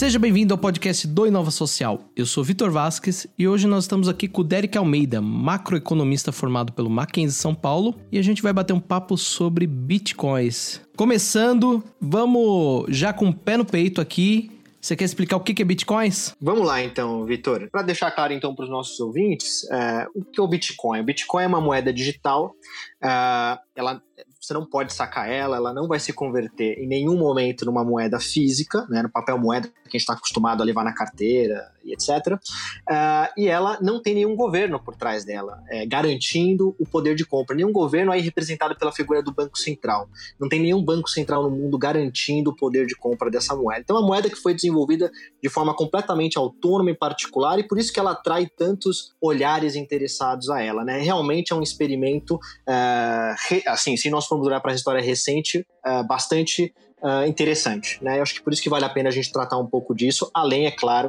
Seja bem-vindo ao podcast do Inova Social. Eu sou Vitor Vasquez e hoje nós estamos aqui com o Derek Almeida, macroeconomista formado pelo Mackenzie São Paulo, e a gente vai bater um papo sobre bitcoins. Começando, vamos já com o pé no peito aqui. Você quer explicar o que é bitcoins? Vamos lá então, Vitor. Para deixar claro então para os nossos ouvintes, o que é o Bitcoin? O Bitcoin é uma moeda digital, você não pode sacar ela não vai se converter em nenhum momento numa moeda física, né, no papel moeda que a gente está acostumado a levar na carteira e etc. E ela não tem nenhum governo por trás dela, garantindo o poder de compra. Nenhum governo aí representado pela figura do Banco Central. Não tem nenhum Banco Central no mundo garantindo o poder de compra dessa moeda. Então é uma moeda que foi desenvolvida de forma completamente autônoma e particular, e por isso que ela atrai tantos olhares interessados a ela, né? Realmente é um experimento, assim, se nós formos olhar para a história recente, bastante interessante, né? Eu acho que por isso que vale a pena a gente tratar um pouco disso, além, é claro,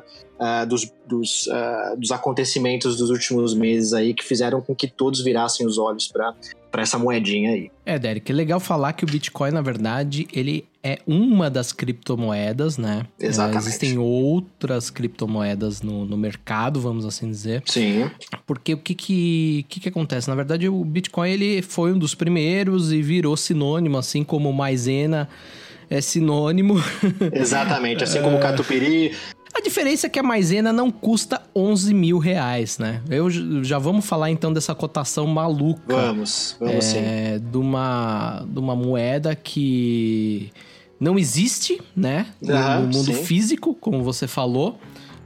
dos acontecimentos dos últimos meses aí que fizeram com que todos virassem os olhos para essa moedinha aí. Derek, é legal falar que o Bitcoin, na verdade, ele é uma das criptomoedas, né? Exatamente. Existem outras criptomoedas no mercado, vamos assim dizer. Sim. Porque o que acontece? Na verdade, o Bitcoin ele foi um dos primeiros e virou sinônimo, assim como maisena é sinônimo. Exatamente, assim como catupiry. A diferença é que a maisena não custa 11 mil reais, né? Já vamos falar então dessa cotação maluca. Vamos sim. De uma moeda que não existe, né? No mundo físico, como você falou.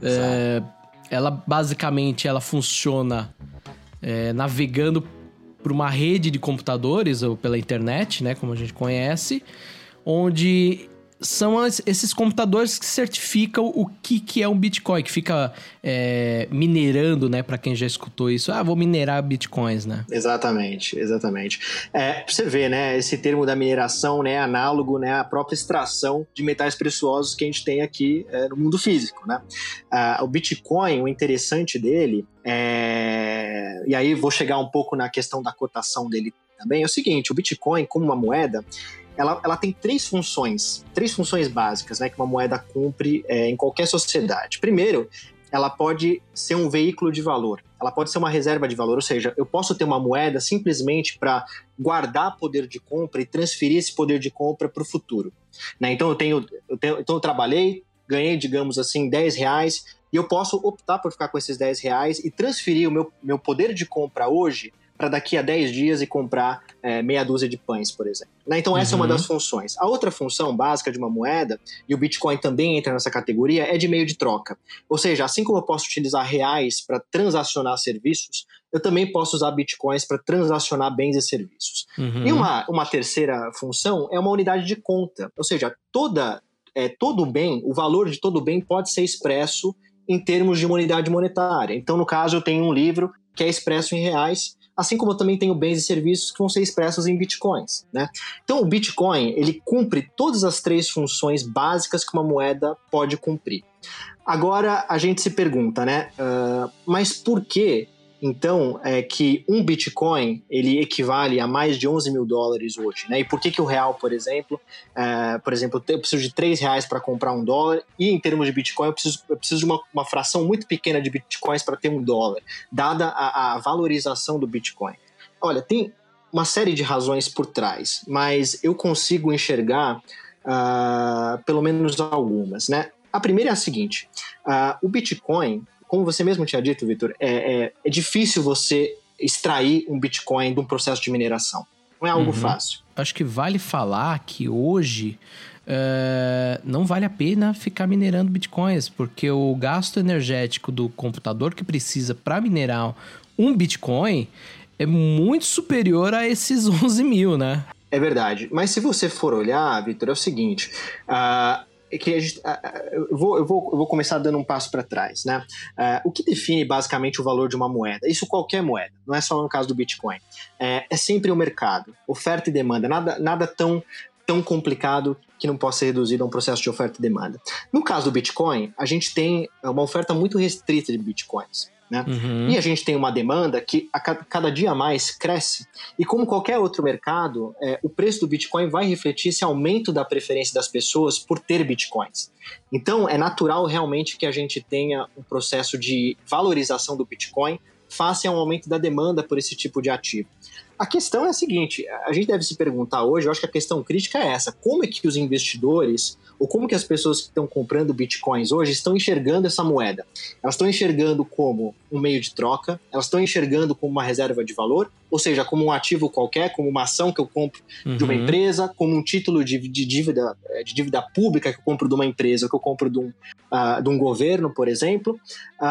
Ela basicamente funciona navegando por uma rede de computadores ou pela internet, né? Como a gente conhece, onde são esses computadores que certificam o que é um Bitcoin, que fica minerando, né? Para quem já escutou isso, vou minerar Bitcoins, né? Exatamente. Pra você ver, né? Esse termo da mineração, né? Análogo, né? À própria extração de metais preciosos que a gente tem aqui no mundo físico, né? O Bitcoin, o interessante dele e aí vou chegar um pouco na questão da cotação dele também, é o seguinte: o Bitcoin, como uma moeda, ela tem três funções básicas, né, que uma moeda cumpre em qualquer sociedade. Primeiro, ela pode ser um veículo de valor, ela pode ser uma reserva de valor, ou seja, eu posso ter uma moeda simplesmente para guardar poder de compra e transferir esse poder de compra para o futuro, né? Então eu trabalhei, ganhei, digamos assim, 10 reais, e eu posso optar por ficar com esses 10 reais e transferir o meu poder de compra hoje para daqui a 10 dias e comprar meia dúzia de pães, por exemplo. Né? Então essa é uma das funções. A outra função básica de uma moeda, e o Bitcoin também entra nessa categoria, é de meio de troca. Ou seja, assim como eu posso utilizar reais para transacionar serviços, eu também posso usar Bitcoins para transacionar bens e serviços. E uma terceira função é uma unidade de conta. Ou seja, todo bem, o valor de todo bem pode ser expresso em termos de uma unidade monetária. Então, no caso, eu tenho um livro que é expresso em reais, assim como eu também tenho bens e serviços que vão ser expressos em bitcoins, né? Então o Bitcoin, ele cumpre todas as três funções básicas que uma moeda pode cumprir. Agora a gente se pergunta, né? Mas por que, então, que um Bitcoin ele equivale a mais de 11 mil dólares hoje, né? E por que o real, por exemplo, eu preciso de 3 reais para comprar um dólar, e em termos de Bitcoin eu preciso de uma fração muito pequena de Bitcoins para ter um dólar, dada a valorização do Bitcoin? Olha, tem uma série de razões por trás, mas eu consigo enxergar pelo menos algumas, né? A primeira é a seguinte: o Bitcoin, como você mesmo tinha dito, Vitor, é difícil você extrair um Bitcoin de um processo de mineração. Não é algo fácil. Acho que vale falar que hoje não vale a pena ficar minerando Bitcoins, porque o gasto energético do computador que precisa para minerar um Bitcoin é muito superior a esses 11 mil, né? É verdade. Mas se você for olhar, Vitor, é o seguinte: eu vou começar dando um passo para trás, né? O que define basicamente o valor de uma moeda? Isso qualquer moeda, não é só no caso do Bitcoin. É sempre o mercado, oferta e demanda, nada tão complicado que não possa ser reduzido a um processo de oferta e demanda. No caso do Bitcoin, a gente tem uma oferta muito restrita de Bitcoins. né? E a gente tem uma demanda que a cada dia mais cresce, e como qualquer outro mercado, o preço do Bitcoin vai refletir esse aumento da preferência das pessoas por ter Bitcoins. Então, é natural realmente que a gente tenha um processo de valorização do Bitcoin face a um aumento da demanda por esse tipo de ativo. A questão é a seguinte, a gente deve se perguntar hoje, eu acho que a questão crítica é essa, como é que os investidores, ou como que as pessoas que estão comprando bitcoins hoje estão enxergando essa moeda? Elas estão enxergando como um meio de troca, elas estão enxergando como uma reserva de valor, ou seja, como um ativo qualquer, como uma ação que eu compro de uma empresa, como um título de dívida pública que eu compro de uma empresa, que eu compro de um governo, por exemplo.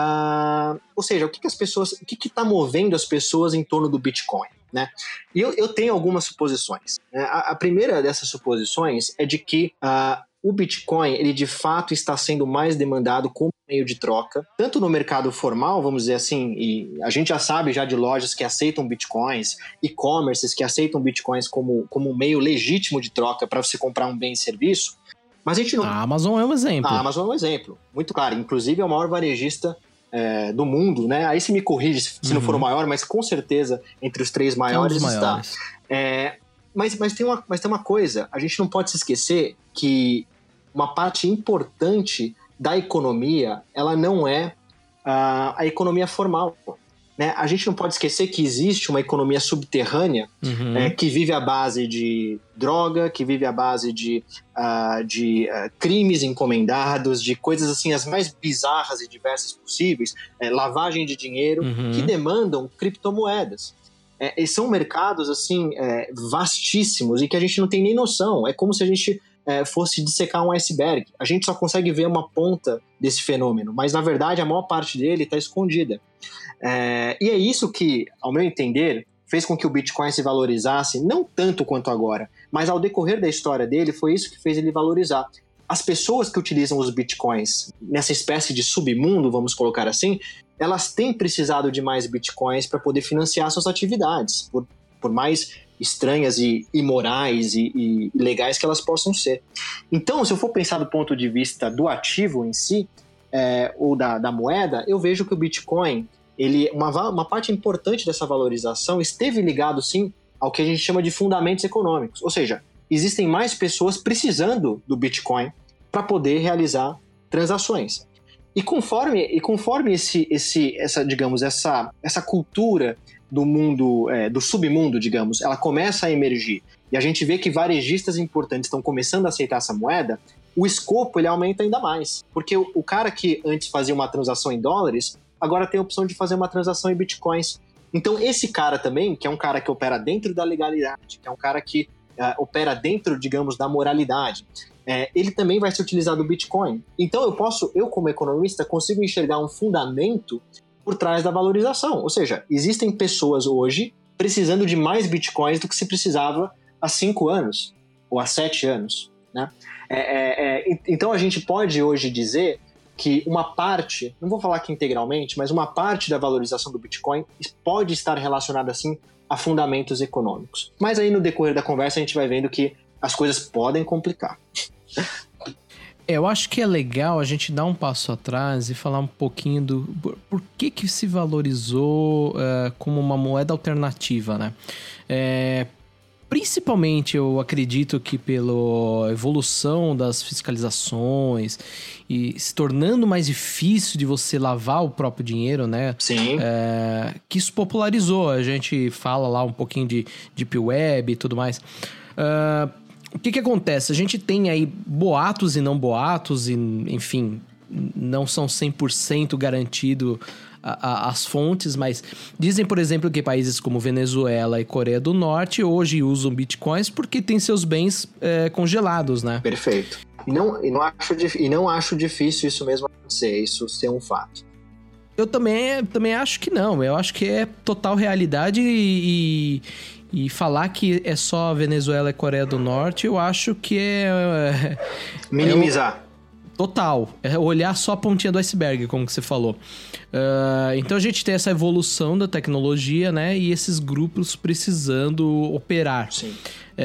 Ou seja, o que está movendo as pessoas em torno do Bitcoin? Né? E eu tenho algumas suposições. Né? A primeira dessas suposições é de que o Bitcoin, ele de fato está sendo mais demandado como meio de troca, tanto no mercado formal, vamos dizer assim, e a gente já sabe já de lojas que aceitam Bitcoins, e-commerces que aceitam Bitcoins como um meio legítimo de troca para você comprar um bem e serviço, mas a gente não... A Amazon é um exemplo. A Amazon é um exemplo, muito claro. Inclusive é o maior varejista do mundo, né? Aí se me corrige se não for o maior, mas com certeza entre os 3 maiores está. Mas tem uma coisa, a gente não pode se esquecer que uma parte importante da economia, ela não é a economia formal. Né? A gente não pode esquecer que existe uma economia subterrânea que vive à base de droga, que vive à base de crimes encomendados, de coisas assim as mais bizarras e diversas possíveis, lavagem de dinheiro, que demandam criptomoedas. E são mercados assim vastíssimos e que a gente não tem nem noção. É como se a gente fosse dissecar um iceberg. A gente só consegue ver uma ponta desse fenômeno, mas na verdade a maior parte dele está escondida. E é isso que, ao meu entender, fez com que o Bitcoin se valorizasse, não tanto quanto agora, mas ao decorrer da história dele, foi isso que fez ele valorizar. As pessoas que utilizam os Bitcoins nessa espécie de submundo, vamos colocar assim, elas têm precisado de mais Bitcoins para poder financiar suas atividades, por mais estranhas e imorais e legais que elas possam ser. Então, se eu for pensar do ponto de vista do ativo em si, ou da moeda, eu vejo que o Bitcoin, uma parte importante dessa valorização esteve ligado, sim, ao que a gente chama de fundamentos econômicos. Ou seja, existem mais pessoas precisando do Bitcoin para poder realizar transações. E conforme essa cultura do mundo, do submundo, digamos, ela começa a emergir, e a gente vê que varejistas importantes estão começando a aceitar essa moeda, o escopo ele aumenta ainda mais. Porque o cara que antes fazia uma transação em dólares, agora tem a opção de fazer uma transação em bitcoins. Então esse cara também, que é um cara que opera dentro da legalidade, que é um cara que opera dentro, digamos, da moralidade, ele também vai se utilizar do Bitcoin. Então eu como economista, consigo enxergar um fundamento por trás da valorização. Ou seja, existem pessoas hoje precisando de mais Bitcoins do que se precisava há 5 anos ou há 7 anos. Né? Então a gente pode hoje dizer que uma parte, não vou falar que integralmente, mas uma parte da valorização do Bitcoin pode estar relacionada assim a fundamentos econômicos. Mas aí no decorrer da conversa a gente vai vendo que as coisas podem complicar. Eu acho que é legal a gente dar um passo atrás e falar um pouquinho do por que se valorizou como uma moeda alternativa, né? Principalmente, eu acredito que pela evolução das fiscalizações e se tornando mais difícil de você lavar o próprio dinheiro, né? Sim. Que isso popularizou. A gente fala lá um pouquinho de Deep Web e tudo mais. O que acontece? A gente tem aí boatos e não boatos, e, enfim, não são 100% garantido as fontes, mas dizem, por exemplo, que países como Venezuela e Coreia do Norte hoje usam bitcoins porque têm seus bens congelados, né? Perfeito. E não acho difícil isso mesmo acontecer, isso ser um fato. Eu também acho que não. Eu acho que é total realidade e falar que é só Venezuela e Coreia do Norte, eu acho que minimizar. Total. É olhar só a pontinha do iceberg, como que você falou. Então a gente tem essa evolução da tecnologia, né? E esses grupos precisando operar. Sim.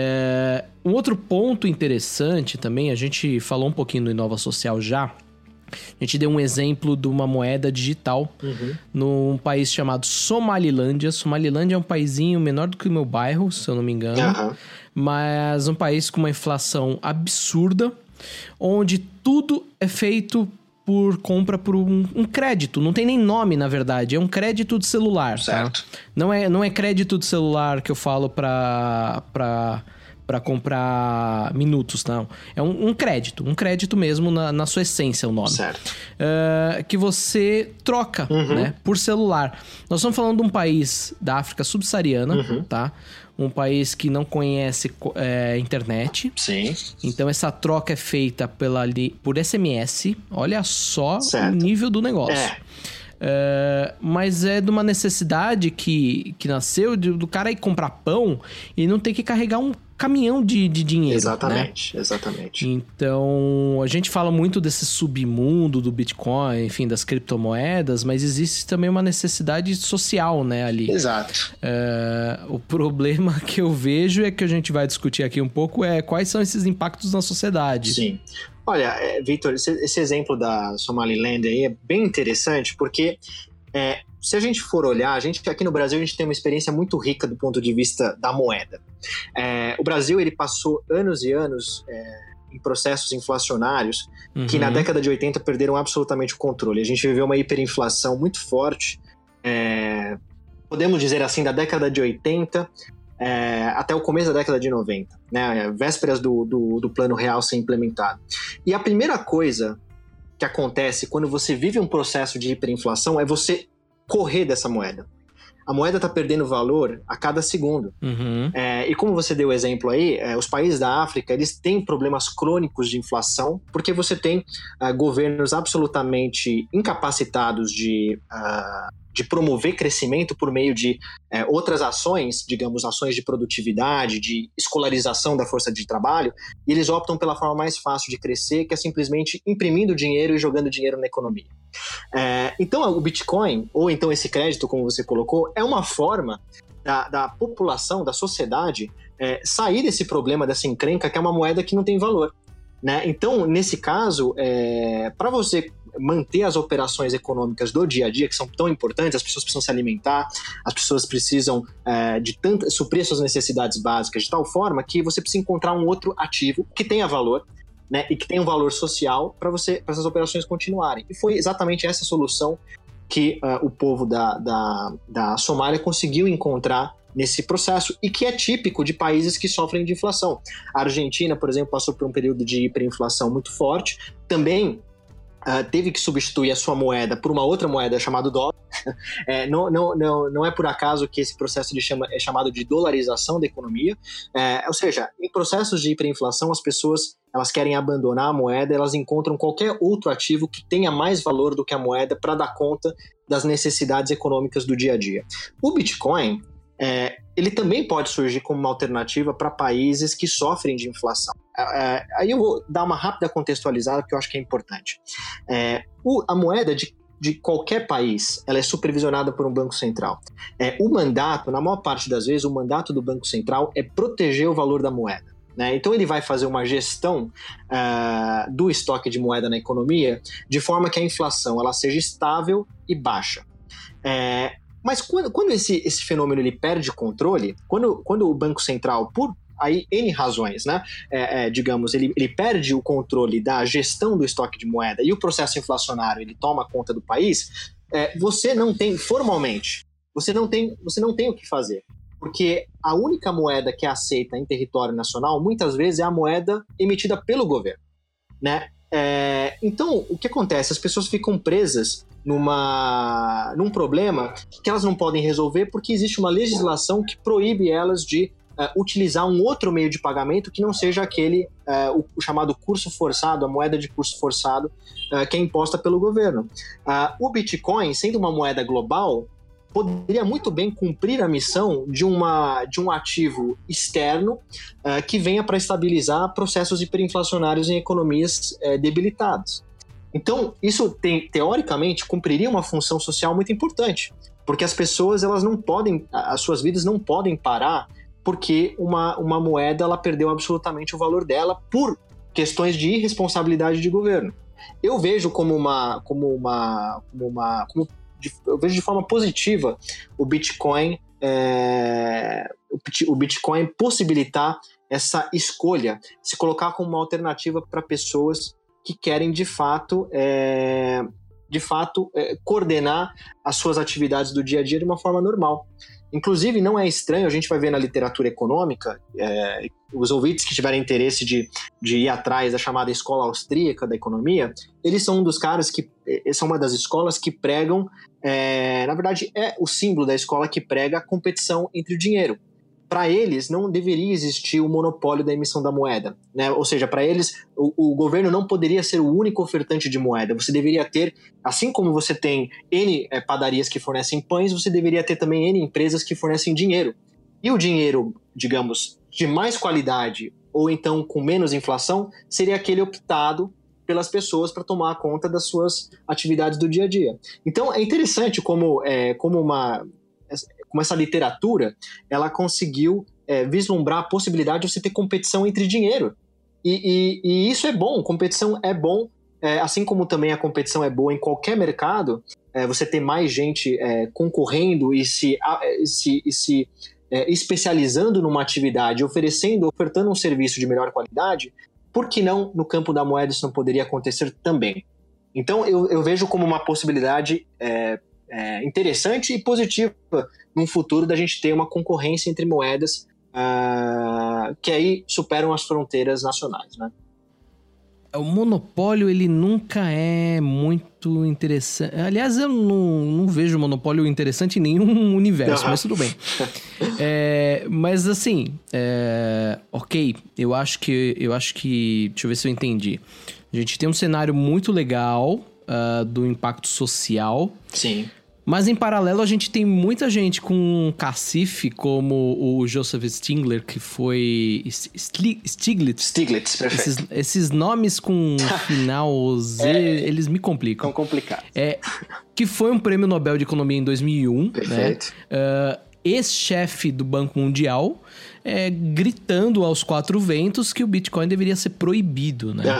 Um outro ponto interessante também, a gente falou um pouquinho no Inova Social já, A gente deu um exemplo de uma moeda digital num país chamado Somalilândia. Somalilândia é um paísinho menor do que o meu bairro, se eu não me engano. Mas um país com uma inflação absurda, onde tudo é feito por compra por um crédito. Não tem nem nome, na verdade. É um crédito de celular. Certo. Tá? Não é crédito de celular que eu falo pra comprar minutos, não. É um crédito mesmo na sua essência, o nome. Certo. Que você troca, né, por celular. Nós estamos falando de um país da África subsaariana, tá? Um país que não conhece internet. Sim. Então, essa troca é feita por SMS. Olha só o nível do negócio. Mas é de uma necessidade que nasceu do cara ir comprar pão e não ter que carregar um caminhão de dinheiro. Exatamente, né? Exatamente. Então, a gente fala muito desse submundo do Bitcoin, enfim, das criptomoedas, mas existe também uma necessidade social, né, ali. Exato. O problema que eu vejo é que a gente vai discutir aqui um pouco quais são esses impactos na sociedade. Sim. Olha, Victor, esse exemplo da Somaliland aí é bem interessante porque se a gente for olhar, aqui no Brasil a gente tem uma experiência muito rica do ponto de vista da moeda. O Brasil ele passou anos e anos em processos inflacionários que na década de 80 perderam absolutamente o controle. A gente viveu uma hiperinflação muito forte, podemos dizer assim, da década de 80 até o começo da década de 90, né? Vésperas do Plano Real ser implementado. E a primeira coisa que acontece quando você vive um processo de hiperinflação é você correr dessa moeda. A moeda está perdendo valor a cada segundo. E como você deu o exemplo aí, os países da África, eles têm problemas crônicos de inflação, porque você tem governos absolutamente incapacitados de promover crescimento por meio de outras ações, digamos, ações de produtividade, de escolarização da força de trabalho, e eles optam pela forma mais fácil de crescer, que é simplesmente imprimindo dinheiro e jogando dinheiro na economia. Então, o Bitcoin, ou então esse crédito, como você colocou, é uma forma da população, da sociedade, sair desse problema, dessa encrenca, que é uma moeda que não tem valor. Né? Então, nesse caso, para você manter as operações econômicas do dia a dia, que são tão importantes, as pessoas precisam se alimentar, as pessoas precisam suprir suas necessidades básicas de tal forma que você precisa encontrar um outro ativo que tenha valor, né, e que tenha um valor social para essas operações continuarem. E foi exatamente essa solução que o povo da Somália conseguiu encontrar nesse processo, e que é típico de países que sofrem de inflação. A Argentina, por exemplo, passou por um período de hiperinflação muito forte, também teve que substituir a sua moeda por uma outra moeda chamada dólar. Não é por acaso que esse processo é chamado de dolarização da economia. Ou seja, em processos de hiperinflação, as pessoas elas querem abandonar a moeda, elas encontram qualquer outro ativo que tenha mais valor do que a moeda para dar conta das necessidades econômicas do dia a dia. O Bitcoin, ele também pode surgir como uma alternativa para países que sofrem de inflação. Aí eu vou dar uma rápida contextualizada, porque eu acho que é importante. A moeda de qualquer país, ela é supervisionada por um banco central. O mandato, na maior parte das vezes, o mandato do Banco Central é proteger o valor da moeda. Né? Então ele vai fazer uma gestão do estoque de moeda na economia de forma que a inflação ela seja estável e baixa. Mas quando esse fenômeno ele perde controle, quando o Banco Central, por aí N razões, né, digamos, ele perde o controle da gestão do estoque de moeda e o processo inflacionário ele toma conta do país, você não tem, formalmente, você não tem o que fazer. Porque a única moeda que é aceita em território nacional, muitas vezes, é a moeda emitida pelo governo. Né? Então, o que acontece? As pessoas ficam presas num problema que elas não podem resolver porque existe uma legislação que proíbe elas de utilizar um outro meio de pagamento que não seja aquele, o chamado curso forçado, a moeda de curso forçado, que é imposta pelo governo. O Bitcoin, sendo uma moeda global, poderia muito bem cumprir a missão de um ativo externo que venha para estabilizar processos hiperinflacionários em economias debilitadas. Então, isso teoricamente cumpriria uma função social muito importante, porque as pessoas elas não podem, as suas vidas não podem parar porque uma moeda ela perdeu absolutamente o valor dela por questões de irresponsabilidade de governo. Eu vejo eu vejo de forma positiva o Bitcoin possibilitar essa escolha, se colocar como uma alternativa para pessoas que querem de fato coordenar as suas atividades do dia a dia de uma forma normal. Inclusive, não é estranho, a gente vai ver na literatura econômica, os ouvintes que tiverem interesse de ir atrás da chamada escola austríaca da economia, eles são um dos caras que são uma das escolas que pregam, na verdade, é o símbolo da escola que prega a competição entre o dinheiro. Para eles, não deveria existir o monopólio da emissão da moeda, né? Ou seja, para eles, o governo não poderia ser o único ofertante de moeda. Você deveria ter, assim como você tem N padarias que fornecem pães, você deveria ter também N empresas que fornecem dinheiro. E o dinheiro, digamos, de mais qualidade ou então com menos inflação, seria aquele optado pelas pessoas para tomar conta das suas atividades do dia a dia. Então, é interessante como essa literatura, ela conseguiu vislumbrar a possibilidade de você ter competição entre dinheiro. E isso é bom, competição é bom, assim como também a competição é boa em qualquer mercado, você ter mais gente concorrendo e se especializando numa atividade, ofertando um serviço de melhor qualidade, por que não no campo da moeda isso não poderia acontecer também? Então eu vejo como uma possibilidade interessante e positiva num futuro da gente ter uma concorrência entre moedas que aí superam as fronteiras nacionais, né? O monopólio, ele nunca é muito interessante. Aliás, eu não vejo monopólio interessante em nenhum universo, mas tudo bem. Mas assim, ok, eu acho que... Deixa eu ver se eu entendi. A gente tem um cenário muito legal do impacto social. Sim. Mas em paralelo a gente tem muita gente com cacife, como o Joseph Stiglitz, que foi... Stiglitz, perfeito. Esses nomes com final Z, eles me complicam. São complicados. Que foi um prêmio Nobel de Economia em 2001. Perfeito. Né? Ex-chefe do Banco Mundial, gritando aos quatro ventos que o Bitcoin deveria ser proibido, né?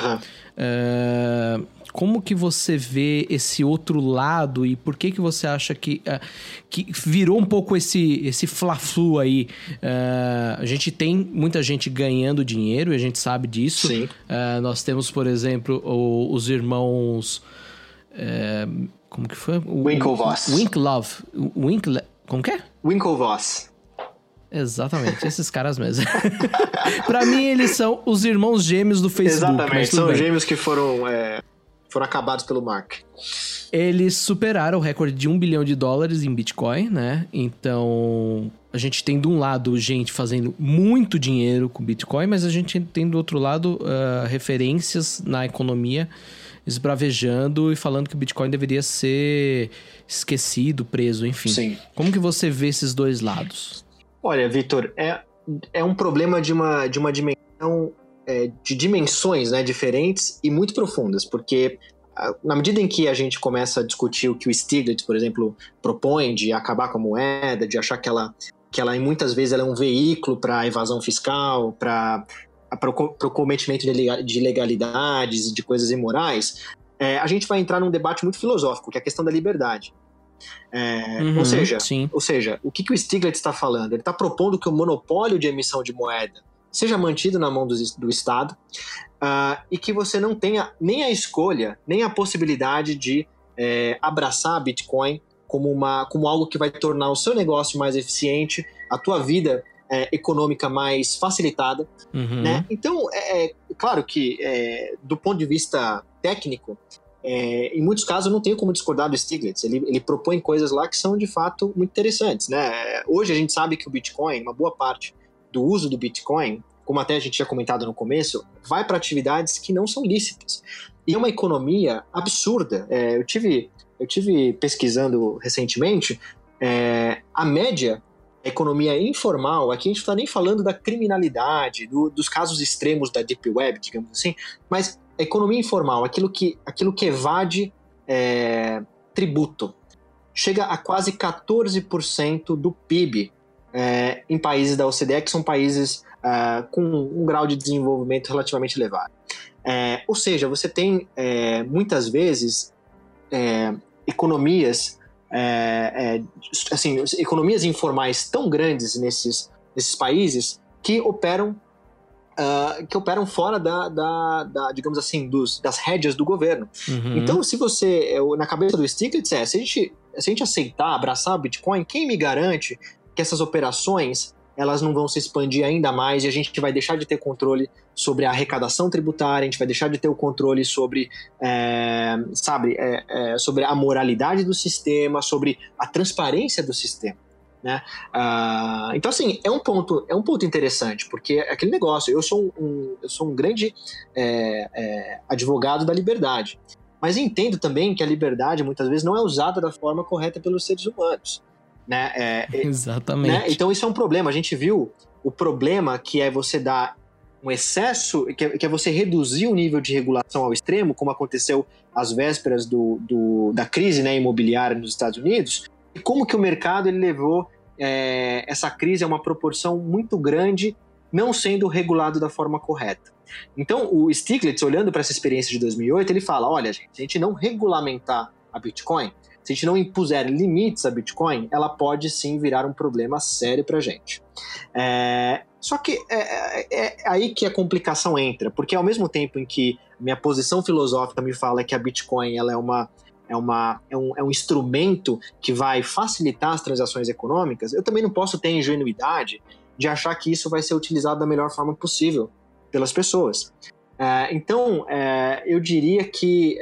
Como que você vê esse outro lado e por que você acha que virou um pouco esse fla-flu aí? A gente tem muita gente ganhando dinheiro e a gente sabe disso. Sim. Nós temos, por exemplo, os irmãos... como que foi? Winklevoss. Como que é? Winklevoss. Exatamente, esses caras mesmo. Pra mim, eles são os irmãos gêmeos do Facebook. Exatamente, são gêmeos que foram acabados pelo Mark. Eles superaram o recorde de $1 bilhão em Bitcoin, né? Então, a gente tem de um lado gente fazendo muito dinheiro com Bitcoin, mas a gente tem do outro lado referências na economia esbravejando e falando que o Bitcoin deveria ser esquecido, preso, enfim. Sim. Como que você vê esses dois lados? Olha, Vitor, é um problema de uma dimensão, de dimensões, né, diferentes e muito profundas, porque na medida em que a gente começa a discutir o que o Stiglitz, por exemplo, propõe de acabar com a moeda, de achar que ela muitas vezes ela é um veículo para evasão fiscal, para o cometimento de ilegalidades e de coisas imorais, a gente vai entrar num debate muito filosófico, que é a questão da liberdade. Ou seja, o que o Stiglitz está falando? Ele está propondo que o monopólio de emissão de moeda seja mantido na mão do Estado e que você não tenha nem a escolha, nem a possibilidade de abraçar a Bitcoin como algo que vai tornar o seu negócio mais eficiente, a tua vida econômica mais facilitada. Né? Então, claro que do ponto de vista técnico, em muitos casos eu não tenho como discordar do Stiglitz. Ele propõe coisas lá que são de fato muito interessantes, né? Hoje a gente sabe que o Bitcoin, uma boa parte do uso do Bitcoin, como até a gente tinha comentado no começo, vai para atividades que não são lícitas. E é uma economia absurda. Eu tive pesquisando recentemente, a média da economia informal, aqui a gente não está nem falando da criminalidade, dos casos extremos da Deep Web, digamos assim, mas a economia informal, aquilo que evade tributo, chega a quase 14% do PIB em países da OCDE, que são países com um grau de desenvolvimento relativamente elevado. Ou seja, você tem muitas vezes economias economias informais tão grandes nesses países que operam fora digamos assim, das rédeas do governo. Uhum. Então, se você, na cabeça do Stiglitz, se a gente aceitar, abraçar o Bitcoin, quem me garante que essas operações elas não vão se expandir ainda mais e a gente vai deixar de ter controle sobre a arrecadação tributária, a gente vai deixar de ter o controle sobre, sobre a moralidade do sistema, sobre a transparência do sistema, né? Então, assim, é um ponto interessante, porque é aquele negócio, eu sou um grande advogado da liberdade, mas entendo também que a liberdade muitas vezes não é usada da forma correta pelos seres humanos. Né? Exatamente. Né? Então isso é um problema. A gente viu o problema que é você dar um excesso, que é você reduzir o nível de regulação ao extremo, como aconteceu às vésperas da crise, né, imobiliária nos Estados Unidos, e como que o mercado ele levou essa crise a uma proporção muito grande, não sendo regulado da forma correta. Então o Stiglitz, olhando para essa experiência de 2008, ele fala, olha gente, se a gente não regulamentar a Bitcoin, se a gente não impuser limites a Bitcoin, ela pode sim virar um problema sério para a gente. Só que é aí que a complicação entra, porque ao mesmo tempo em que minha posição filosófica me fala que a Bitcoin ela é um instrumento que vai facilitar as transações econômicas, eu também não posso ter a ingenuidade de achar que isso vai ser utilizado da melhor forma possível pelas pessoas. Então, eu diria que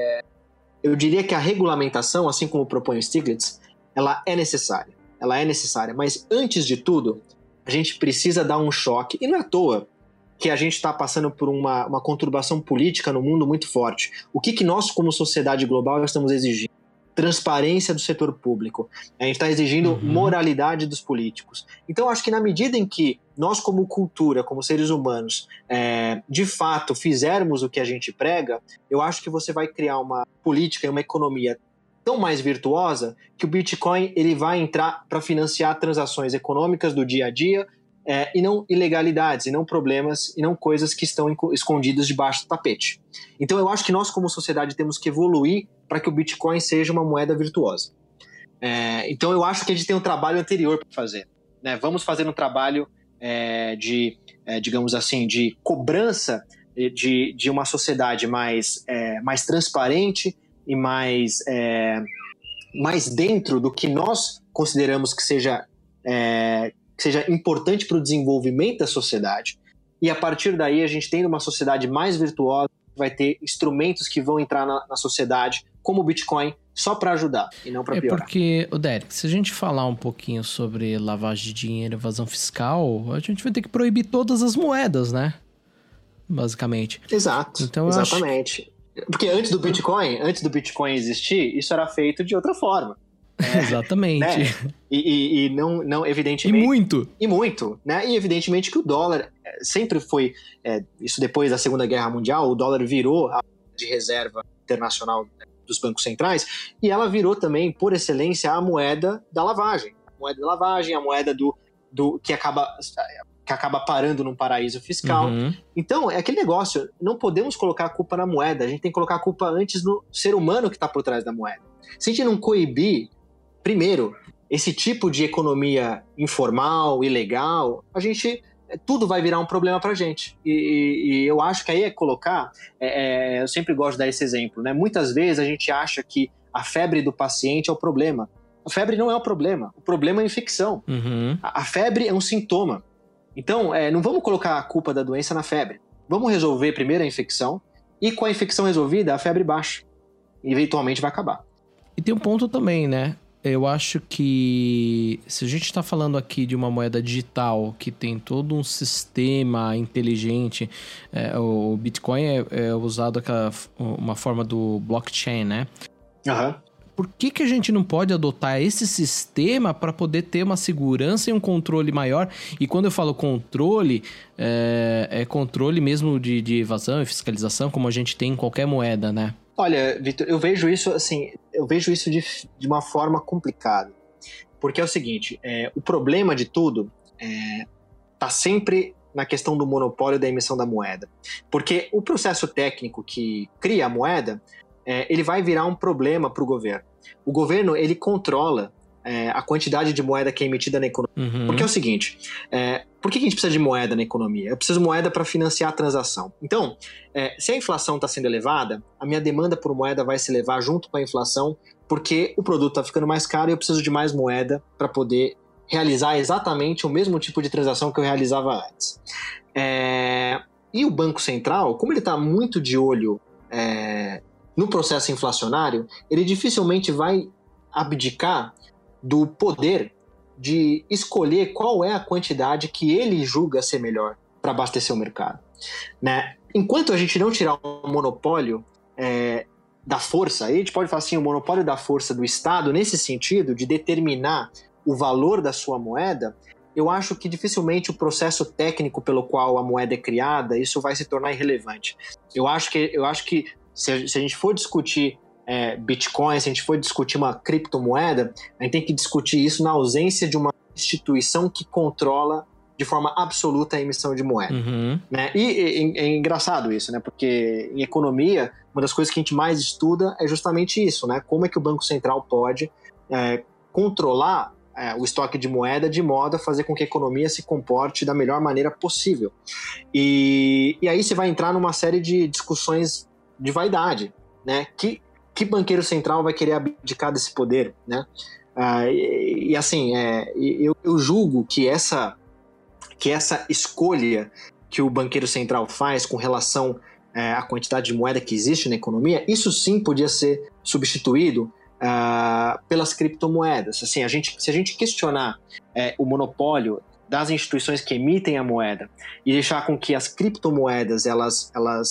a regulamentação, assim como propõe o Stiglitz, ela é necessária. Mas antes de tudo, a gente precisa dar um choque, e não é à toa que a gente está passando por uma conturbação política no mundo muito forte. O que nós, como sociedade global, estamos exigindo? Transparência do setor público. A gente está exigindo moralidade dos políticos. Então, acho que na medida em que nós, como cultura, como seres humanos, de fato fizermos o que a gente prega, eu acho que você vai criar uma política e uma economia tão mais virtuosa que o Bitcoin ele vai entrar para financiar transações econômicas do dia a dia, e não ilegalidades, e não problemas, e não coisas que estão escondidas debaixo do tapete. Então eu acho que nós como sociedade temos que evoluir para que o Bitcoin seja uma moeda virtuosa. Então eu acho que a gente tem um trabalho anterior para fazer, né? Vamos fazer um trabalho digamos assim, de cobrança de uma sociedade mais transparente e mais dentro do que nós consideramos que seja importante para o desenvolvimento da sociedade, e a partir daí a gente tendo uma sociedade mais virtuosa, vai ter instrumentos que vão entrar na sociedade, como o Bitcoin, só para ajudar e não para piorar. Porque, Derek, se a gente falar um pouquinho sobre lavagem de dinheiro e evasão fiscal, a gente vai ter que proibir todas as moedas, né? Basicamente. Exato, então, exatamente. Porque antes do Bitcoin existir, isso era feito de outra forma. Exatamente. Né? E não, evidentemente... E muito, né? E evidentemente que o dólar sempre foi... isso depois da Segunda Guerra Mundial, o dólar virou a de reserva internacional dos bancos centrais, e ela virou também, por excelência, a moeda da lavagem. A moeda que acaba parando num paraíso fiscal. Então, é aquele negócio, não podemos colocar a culpa na moeda, a gente tem que colocar a culpa antes no ser humano que está por trás da moeda. Se a gente não coibir, primeiro, esse tipo de economia informal, ilegal, tudo vai virar um problema pra gente. E eu acho que aí é colocar... eu sempre gosto de dar esse exemplo, né? Muitas vezes a gente acha que a febre do paciente é o problema. A febre não é o problema é a infecção. A febre é um sintoma. Então, não vamos colocar a culpa da doença na febre. Vamos resolver primeiro a infecção, e com a infecção resolvida, a febre baixa. E eventualmente vai acabar. E tem um ponto também, né? Eu acho que se a gente está falando aqui de uma moeda digital que tem todo um sistema inteligente, o Bitcoin é usado uma forma do blockchain, né? Por que a gente não pode adotar esse sistema para poder ter uma segurança e um controle maior? E quando eu falo controle, é controle mesmo de evasão e fiscalização, como a gente tem em qualquer moeda, né? Olha, Vitor, eu vejo isso de uma forma complicada. Porque é o seguinte, o problema de tudo tá sempre na questão do monopólio da emissão da moeda. Porque o processo técnico que cria a moeda, ele vai virar um problema para o governo. O governo, ele controla a quantidade de moeda que é emitida na economia. Uhum. Porque é o seguinte, por que a gente precisa de moeda na economia? Eu preciso de moeda para financiar a transação. Então, se a inflação está sendo elevada, a minha demanda por moeda vai se elevar junto com a inflação, porque o produto está ficando mais caro e eu preciso de mais moeda para poder realizar exatamente o mesmo tipo de transação que eu realizava antes. E o Banco Central, como ele está muito de olho no processo inflacionário, ele dificilmente vai abdicar do poder de escolher qual é a quantidade que ele julga ser melhor para abastecer o mercado. Né? Enquanto a gente não tirar o monopólio da força, aí a gente pode falar assim, o monopólio da força do Estado, nesse sentido, de determinar o valor da sua moeda, eu acho que dificilmente o processo técnico pelo qual a moeda é criada, isso vai se tornar irrelevante. Eu acho que se a gente for discutir Bitcoin, se a gente for discutir uma criptomoeda, a gente tem que discutir isso na ausência de uma instituição que controla de forma absoluta a emissão de moeda. Uhum. Né? E é engraçado isso, né? Porque em economia, uma das coisas que a gente mais estuda é justamente isso, né? Como é que o Banco Central pode controlar o estoque de moeda de modo a fazer com que a economia se comporte da melhor maneira possível. E aí você vai entrar numa série de discussões de vaidade, né? Que banqueiro central vai querer abdicar desse poder, né? Assim, eu julgo que essa escolha que o banqueiro central faz com relação à quantidade de moeda que existe na economia, isso sim podia ser substituído pelas criptomoedas. Assim, se a gente questionar o monopólio das instituições que emitem a moeda e deixar com que as criptomoedas elas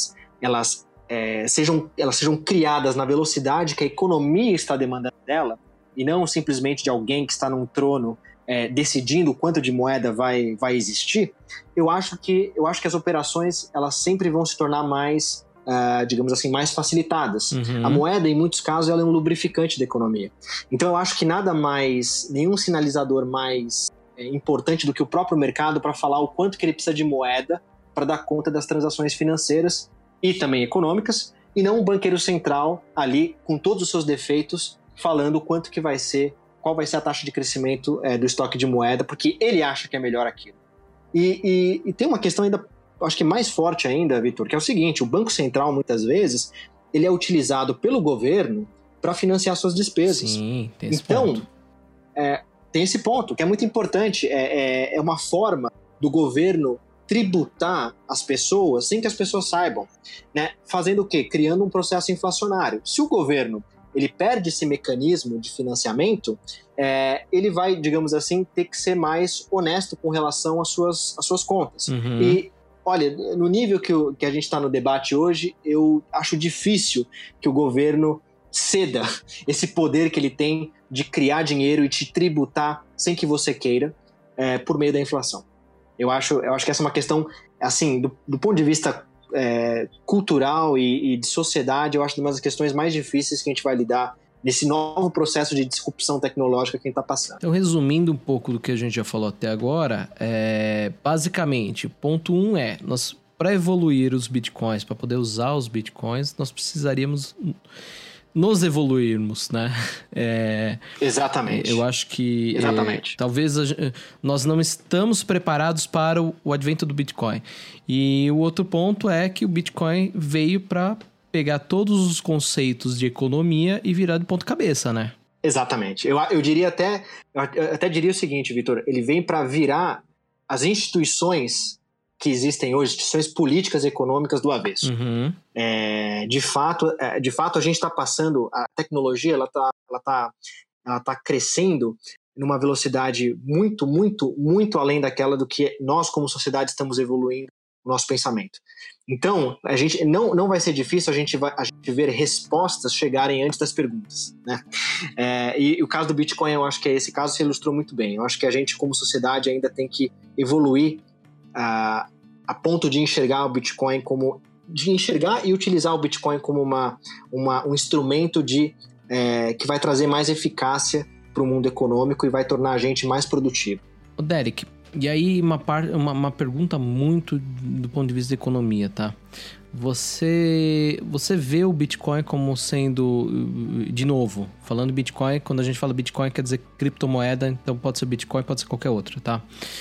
sejam criadas na velocidade que a economia está demandando dela, e não simplesmente de alguém que está num trono decidindo o quanto de moeda vai existir, eu acho que as operações elas sempre vão se tornar mais, digamos assim, mais facilitadas. Uhum. A moeda, em muitos casos, ela é um lubrificante da economia. Então eu acho que nenhum sinalizador mais importante do que o próprio mercado para falar o quanto que ele precisa de moeda para dar conta das transações financeiras e também econômicas, e não um banqueiro central ali, com todos os seus defeitos, falando quanto que vai ser, qual vai ser a taxa de crescimento do estoque de moeda, porque ele acha que é melhor aquilo. E tem uma questão ainda, acho que mais forte ainda, Vitor, que é o seguinte, o Banco Central, muitas vezes, ele é utilizado pelo governo para financiar suas despesas. Sim, tem esse ponto. Tem esse ponto, que é muito importante, é uma forma do governo tributar as pessoas sem que as pessoas saibam, né? Fazendo o quê? Criando um processo inflacionário. Se o governo ele perde esse mecanismo de financiamento, ele vai, digamos assim, ter que ser mais honesto com relação às suas contas. Uhum. E, olha, no nível que a gente está no debate hoje, eu acho difícil que o governo ceda esse poder que ele tem de criar dinheiro e te tributar sem que você queira, por meio da inflação. Eu acho que essa é uma questão, assim, do ponto de vista cultural e de sociedade, eu acho uma das questões mais difíceis que a gente vai lidar nesse novo processo de disrupção tecnológica que a gente está passando. Então, resumindo um pouco do que a gente já falou até agora, basicamente, ponto 1 nós, para evoluir os bitcoins, para poder usar os bitcoins, nós precisaríamos nos evoluirmos, né? Exatamente. Eu acho que exatamente. Talvez nós não estamos preparados para o advento do Bitcoin. E o outro ponto é que o Bitcoin veio para pegar todos os conceitos de economia e virar de ponta cabeça, né? Exatamente. Eu diria eu até diria o seguinte, Vitor, ele vem para virar as instituições que existem hoje, instituições políticas e econômicas do avesso. Uhum. De fato, a gente está passando, a tecnologia ela tá crescendo numa velocidade muito, muito, muito além daquela do que nós como sociedade estamos evoluindo no nosso pensamento. Então, a gente não vai ser difícil a gente ver respostas chegarem antes das perguntas, né? E o caso do Bitcoin, eu acho que esse caso se ilustrou muito bem. Eu acho que a gente como sociedade ainda tem que evoluir a ponto de enxergar o Bitcoin e utilizar o Bitcoin como um instrumento que vai trazer mais eficácia para o mundo econômico e vai tornar a gente mais produtivo. Derek, E aí, uma pergunta muito do ponto de vista da economia, tá? Você vê o Bitcoin como sendo, de novo, falando Bitcoin, quando a gente fala Bitcoin quer dizer criptomoeda, então pode ser Bitcoin, pode ser qualquer outro, tá?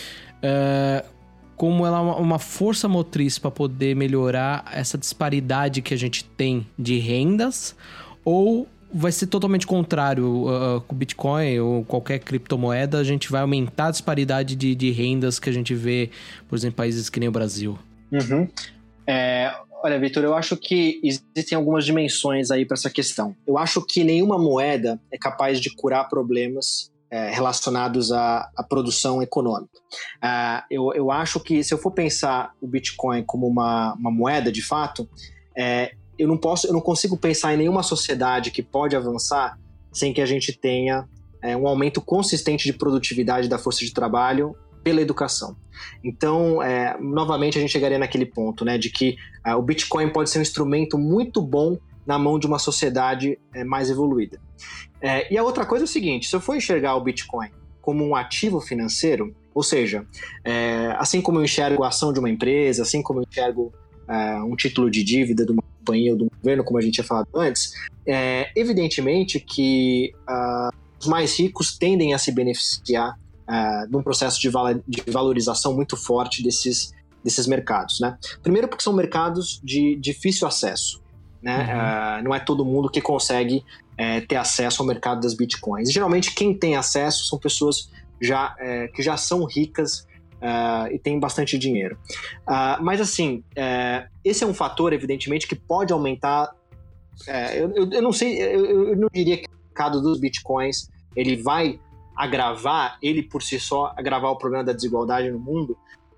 Como ela é uma força motriz para poder melhorar essa disparidade que a gente tem de rendas, ou vai ser totalmente contrário com o Bitcoin ou qualquer criptomoeda, a gente vai aumentar a disparidade de rendas que a gente vê, por exemplo, em países que nem o Brasil? Uhum. Olha, Vitor, eu acho que existem algumas dimensões aí para essa questão. Eu acho que nenhuma moeda é capaz de curar problemas relacionados à produção econômica. Eu acho que, se eu for pensar o Bitcoin como uma moeda, de fato, eu não consigo pensar em nenhuma sociedade que pode avançar sem que a gente tenha um aumento consistente de produtividade da força de trabalho pela educação. Então, novamente, a gente chegaria naquele ponto, né, de que o Bitcoin pode ser um instrumento muito bom na mão de uma sociedade mais evoluída. E a outra coisa é o seguinte: se eu for enxergar o Bitcoin como um ativo financeiro, ou seja, assim como eu enxergo a ação de uma empresa, assim como eu enxergo um título de dívida de uma companhia ou do governo, como a gente tinha falado antes, evidentemente que os mais ricos tendem a se beneficiar de um processo de valorização muito forte desses mercados, né? Primeiro porque são mercados de difícil acesso, né? Não é todo mundo que consegue ter acesso ao mercado das bitcoins. Geralmente quem tem acesso são pessoas que já são ricas e têm bastante dinheiro. Mas assim, esse é um fator, evidentemente, que pode aumentar. Eu não sei, eu não diria que o mercado dos bitcoins ele vai agravar, ele por si só, agravar o problema da desigualdade no mundo,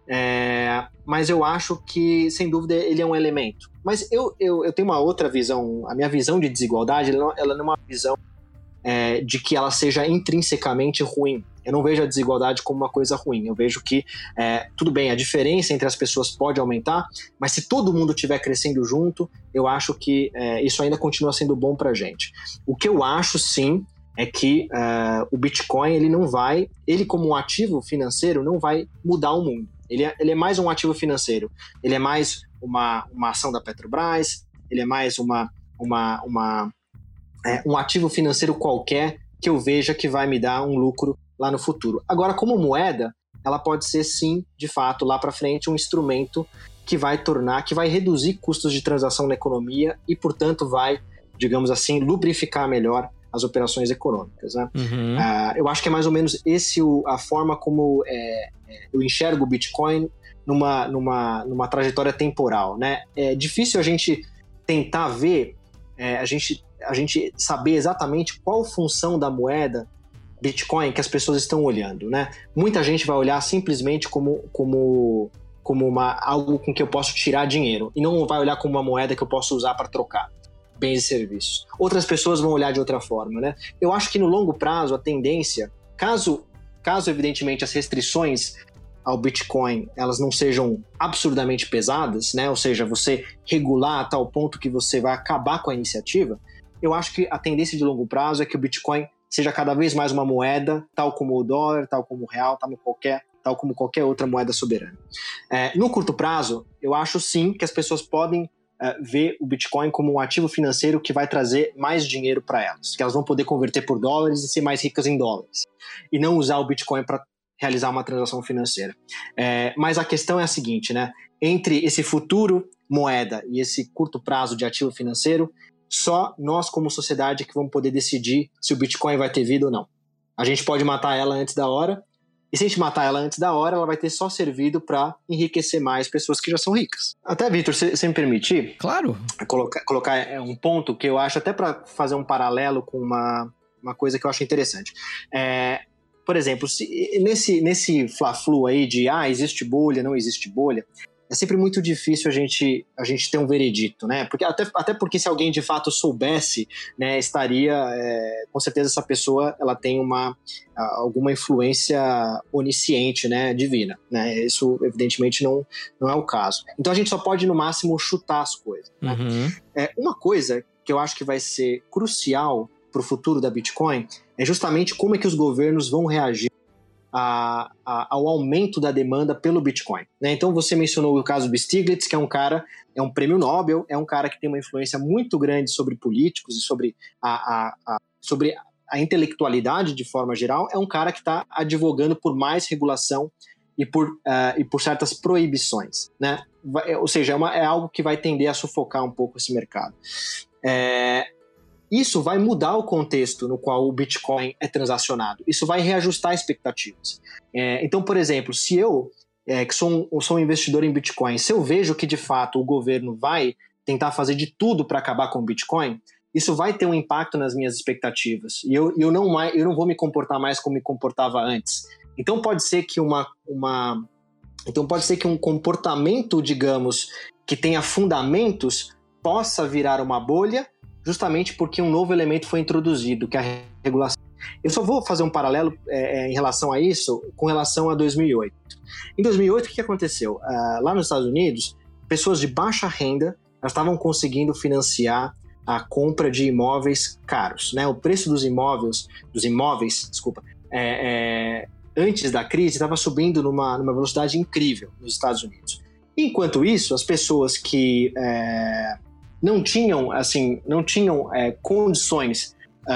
mas eu acho que, sem dúvida, ele é um elemento. Mas eu tenho uma outra visão. A minha visão de desigualdade, ela não é uma visão de que ela seja intrinsecamente ruim. Eu não vejo a desigualdade como uma coisa ruim. Eu vejo que, tudo bem, a diferença entre as pessoas pode aumentar, mas se todo mundo estiver crescendo junto, eu acho que isso ainda continua sendo bom pra gente. O que eu acho, sim, é que o Bitcoin, ele como um ativo financeiro, não vai mudar o mundo. Ele é mais um ativo financeiro. Ele é mais uma ação da Petrobras, ele é mais um ativo financeiro qualquer que eu veja que vai me dar um lucro lá no futuro. Agora, como moeda, ela pode ser, sim, de fato, lá para frente, um instrumento que vai reduzir custos de transação na economia e, portanto, vai, digamos assim, lubrificar melhor as operações econômicas, né? Eu acho que é mais ou menos a forma como eu enxergo o Bitcoin numa trajetória temporal, né? É difícil a gente tentar ver, a gente saber exatamente qual função da moeda Bitcoin que as pessoas estão olhando, né? Muita gente vai olhar simplesmente como algo com que eu posso tirar dinheiro e não vai olhar como uma moeda que eu posso usar para trocar bens e serviços. Outras pessoas vão olhar de outra forma, né? Eu acho que no longo prazo a tendência, caso evidentemente as restrições ao Bitcoin elas não sejam absurdamente pesadas, né? Ou seja, você regular a tal ponto que você vai acabar com a iniciativa, eu acho que a tendência de longo prazo é que o Bitcoin seja cada vez mais uma moeda, tal como o dólar, tal como o real, tal como qualquer outra moeda soberana. No curto prazo, eu acho sim que as pessoas podem ver o Bitcoin como um ativo financeiro que vai trazer mais dinheiro para elas, que elas vão poder converter por dólares e ser mais ricas em dólares, e não usar o Bitcoin para realizar uma transação financeira. Mas a questão é a seguinte, né? Entre esse futuro moeda e esse curto prazo de ativo financeiro, só nós como sociedade que vamos poder decidir se o Bitcoin vai ter vida ou não. A gente pode matar ela antes da hora, e se a gente matar ela antes da hora, ela vai ter só servido para enriquecer mais pessoas que já são ricas. Até, Vitor, se me permitir... Claro. Colocar um ponto que eu acho, até para fazer um paralelo com uma coisa que eu acho interessante. Por exemplo, nesse fla-flu aí de existe bolha, não existe bolha, é sempre muito difícil a gente ter um veredito, né? Porque, até porque se alguém de fato soubesse, né, estaria... com certeza essa pessoa ela tem alguma influência onisciente, né, divina, né? Isso evidentemente não é o caso. Então a gente só pode no máximo chutar as coisas, né? Uma coisa que eu acho que vai ser crucial para o futuro da Bitcoin é justamente como é que os governos vão reagir ao aumento da demanda pelo Bitcoin, né? Então você mencionou o caso do Stiglitz, que é um cara, é um prêmio Nobel, é um cara que tem uma influência muito grande sobre políticos e sobre a intelectualidade de forma geral, é um cara que está advogando por mais regulação e por certas proibições, né? Ou seja, é algo que vai tender a sufocar um pouco esse mercado. Isso vai mudar o contexto no qual o Bitcoin é transacionado. Isso vai reajustar expectativas. Então, por exemplo, se eu, que sou um investidor em Bitcoin, se eu vejo que, de fato, o governo vai tentar fazer de tudo para acabar com o Bitcoin, isso vai ter um impacto nas minhas expectativas. E eu não vou me comportar mais como me comportava antes. Então, pode ser que um comportamento, digamos, que tenha fundamentos, possa virar uma bolha, justamente porque um novo elemento foi introduzido, que é a regulação. Eu só vou fazer um paralelo em relação a isso, com relação a 2008. Em 2008, o que aconteceu? Lá nos Estados Unidos, pessoas de baixa renda estavam conseguindo financiar a compra de imóveis caros, né? O preço dos imóveis, antes da crise, estava subindo numa velocidade incrível nos Estados Unidos. Enquanto isso, as pessoas que não tinham condições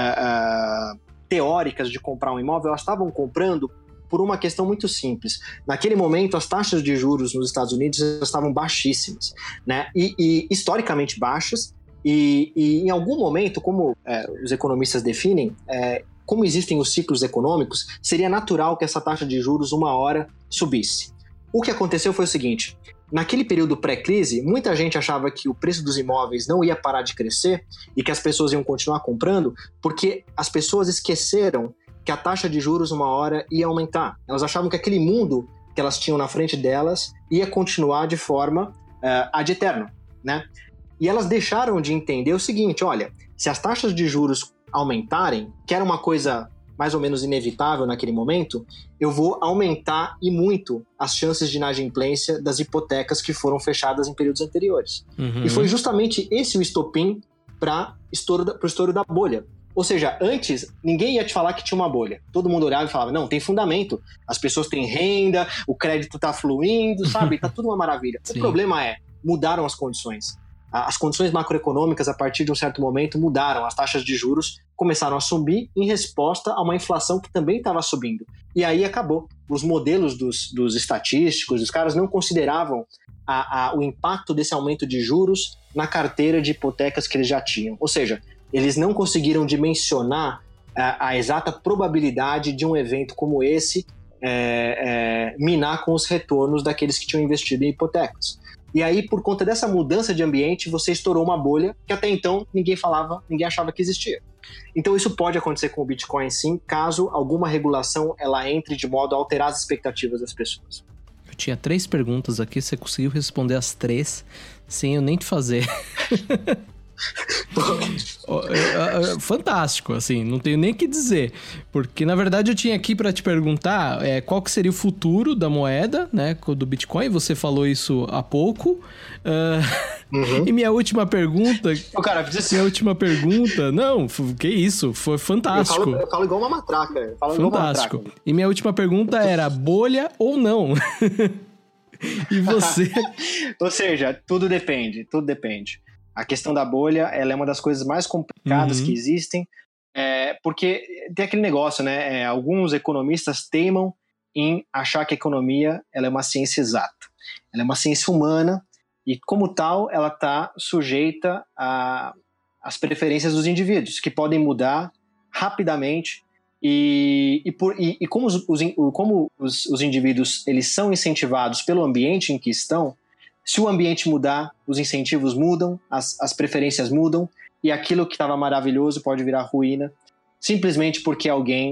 teóricas de comprar um imóvel, elas estavam comprando por uma questão muito simples. Naquele momento, as taxas de juros nos Estados Unidos estavam baixíssimas, né? E historicamente baixas, e em algum momento, como os economistas definem, como existem os ciclos econômicos, seria natural que essa taxa de juros uma hora subisse. O que aconteceu foi o seguinte: naquele período pré-crise, muita gente achava que o preço dos imóveis não ia parar de crescer e que as pessoas iam continuar comprando, porque as pessoas esqueceram que a taxa de juros uma hora ia aumentar. Elas achavam que aquele mundo que elas tinham na frente delas ia continuar de forma ad eterno, né? E elas deixaram de entender o seguinte: olha, se as taxas de juros aumentarem, que era uma coisa mais ou menos inevitável naquele momento, eu vou aumentar e muito as chances de inadimplência das hipotecas que foram fechadas em períodos anteriores. Uhum. E foi justamente esse o estopim para o estouro da bolha. Ou seja, antes, ninguém ia te falar que tinha uma bolha. Todo mundo olhava e falava, não, tem fundamento. As pessoas têm renda, o crédito está fluindo, sabe? Tá tudo uma maravilha. Sim. O problema mudaram as condições. As condições macroeconômicas, a partir de um certo momento, mudaram. As taxas de juros começaram a subir em resposta a uma inflação que também estava subindo. E aí acabou. Os modelos dos estatísticos, os caras não consideravam o impacto desse aumento de juros na carteira de hipotecas que eles já tinham. Ou seja, eles não conseguiram dimensionar a exata probabilidade de um evento como esse minar com os retornos daqueles que tinham investido em hipotecas. E aí, por conta dessa mudança de ambiente, você estourou uma bolha que até então ninguém achava que existia. Então isso pode acontecer com o Bitcoin sim, caso alguma regulação ela entre de modo a alterar as expectativas das pessoas. Eu tinha 3 perguntas aqui, você conseguiu responder as 3 sem eu nem te fazer. Fantástico, assim, não tenho nem o que dizer, porque na verdade eu tinha aqui para te perguntar qual que seria o futuro da moeda, né, do Bitcoin. Você falou isso há pouco. Uhum. E minha última pergunta, não, que isso, foi fantástico. Eu falo igual uma matraca. Fantástico. E minha última pergunta era bolha ou não? E você? Ou seja, tudo depende. A questão da bolha, ela é uma das coisas mais complicadas que existem, porque tem aquele negócio, né? Alguns economistas teimam em achar que a economia ela é uma ciência exata. Ela é uma ciência humana e, como tal, ela está sujeita às preferências dos indivíduos, que podem mudar rapidamente e como os indivíduos eles são incentivados pelo ambiente em que estão. Se o ambiente mudar, os incentivos mudam, as preferências mudam, e aquilo que estava maravilhoso pode virar ruína, simplesmente porque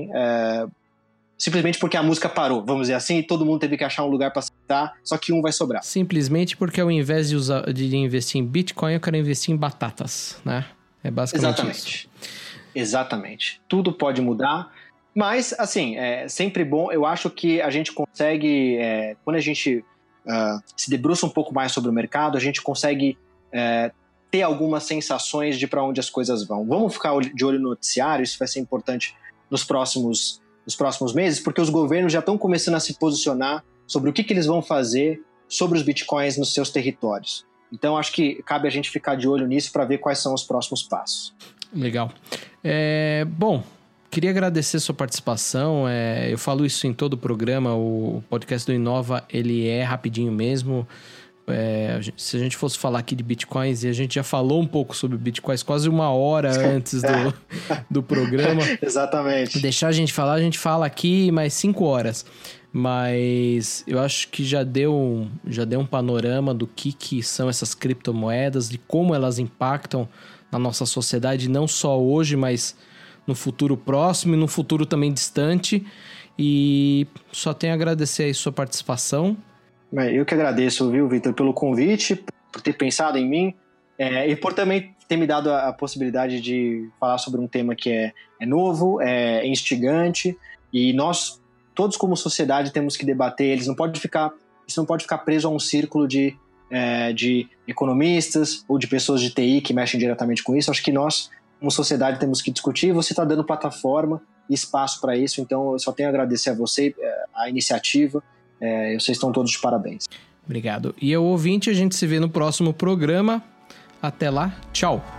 a música parou, vamos dizer assim, e todo mundo teve que achar um lugar para sentar, só que um vai sobrar. Simplesmente porque ao invés de investir em Bitcoin, eu quero investir em batatas, né? É basicamente isso. Exatamente. Tudo pode mudar, mas, assim, é sempre bom. Eu acho que a gente consegue, quando a gente se debruça um pouco mais sobre o mercado, a gente consegue ter algumas sensações de para onde as coisas vão. Vamos ficar de olho no noticiário, isso vai ser importante nos próximos nos próximos meses, porque os governos já estão começando a se posicionar sobre o que eles vão fazer sobre os bitcoins nos seus territórios. Então, acho que cabe a gente ficar de olho nisso para ver quais são os próximos passos. Legal. Bom, queria agradecer a sua participação. Eu falo isso em todo o programa. O podcast do Inova, ele é rapidinho mesmo. Se a gente fosse falar aqui de bitcoins, e a gente já falou um pouco sobre bitcoins quase 1 hora antes do programa. Exatamente. Deixar a gente falar, a gente fala aqui mais 5 horas. Mas eu acho que já deu um panorama do que são essas criptomoedas, de como elas impactam na nossa sociedade, não só hoje, mas no futuro próximo e no futuro também distante. E só tenho a agradecer aí sua participação. Eu que agradeço, viu, Vitor, pelo convite, por ter pensado em mim e por também ter me dado a possibilidade de falar sobre um tema que é novo, é instigante, e nós, todos como sociedade, temos que debater. Isso não pode ficar preso a um círculo de economistas ou de pessoas de TI que mexem diretamente com isso. Acho que nós, como sociedade, temos que discutir. Você está dando plataforma e espaço para isso, então eu só tenho a agradecer a você, a iniciativa. Vocês estão todos de parabéns. Obrigado. E ao ouvinte, a gente se vê no próximo programa. Até lá, tchau!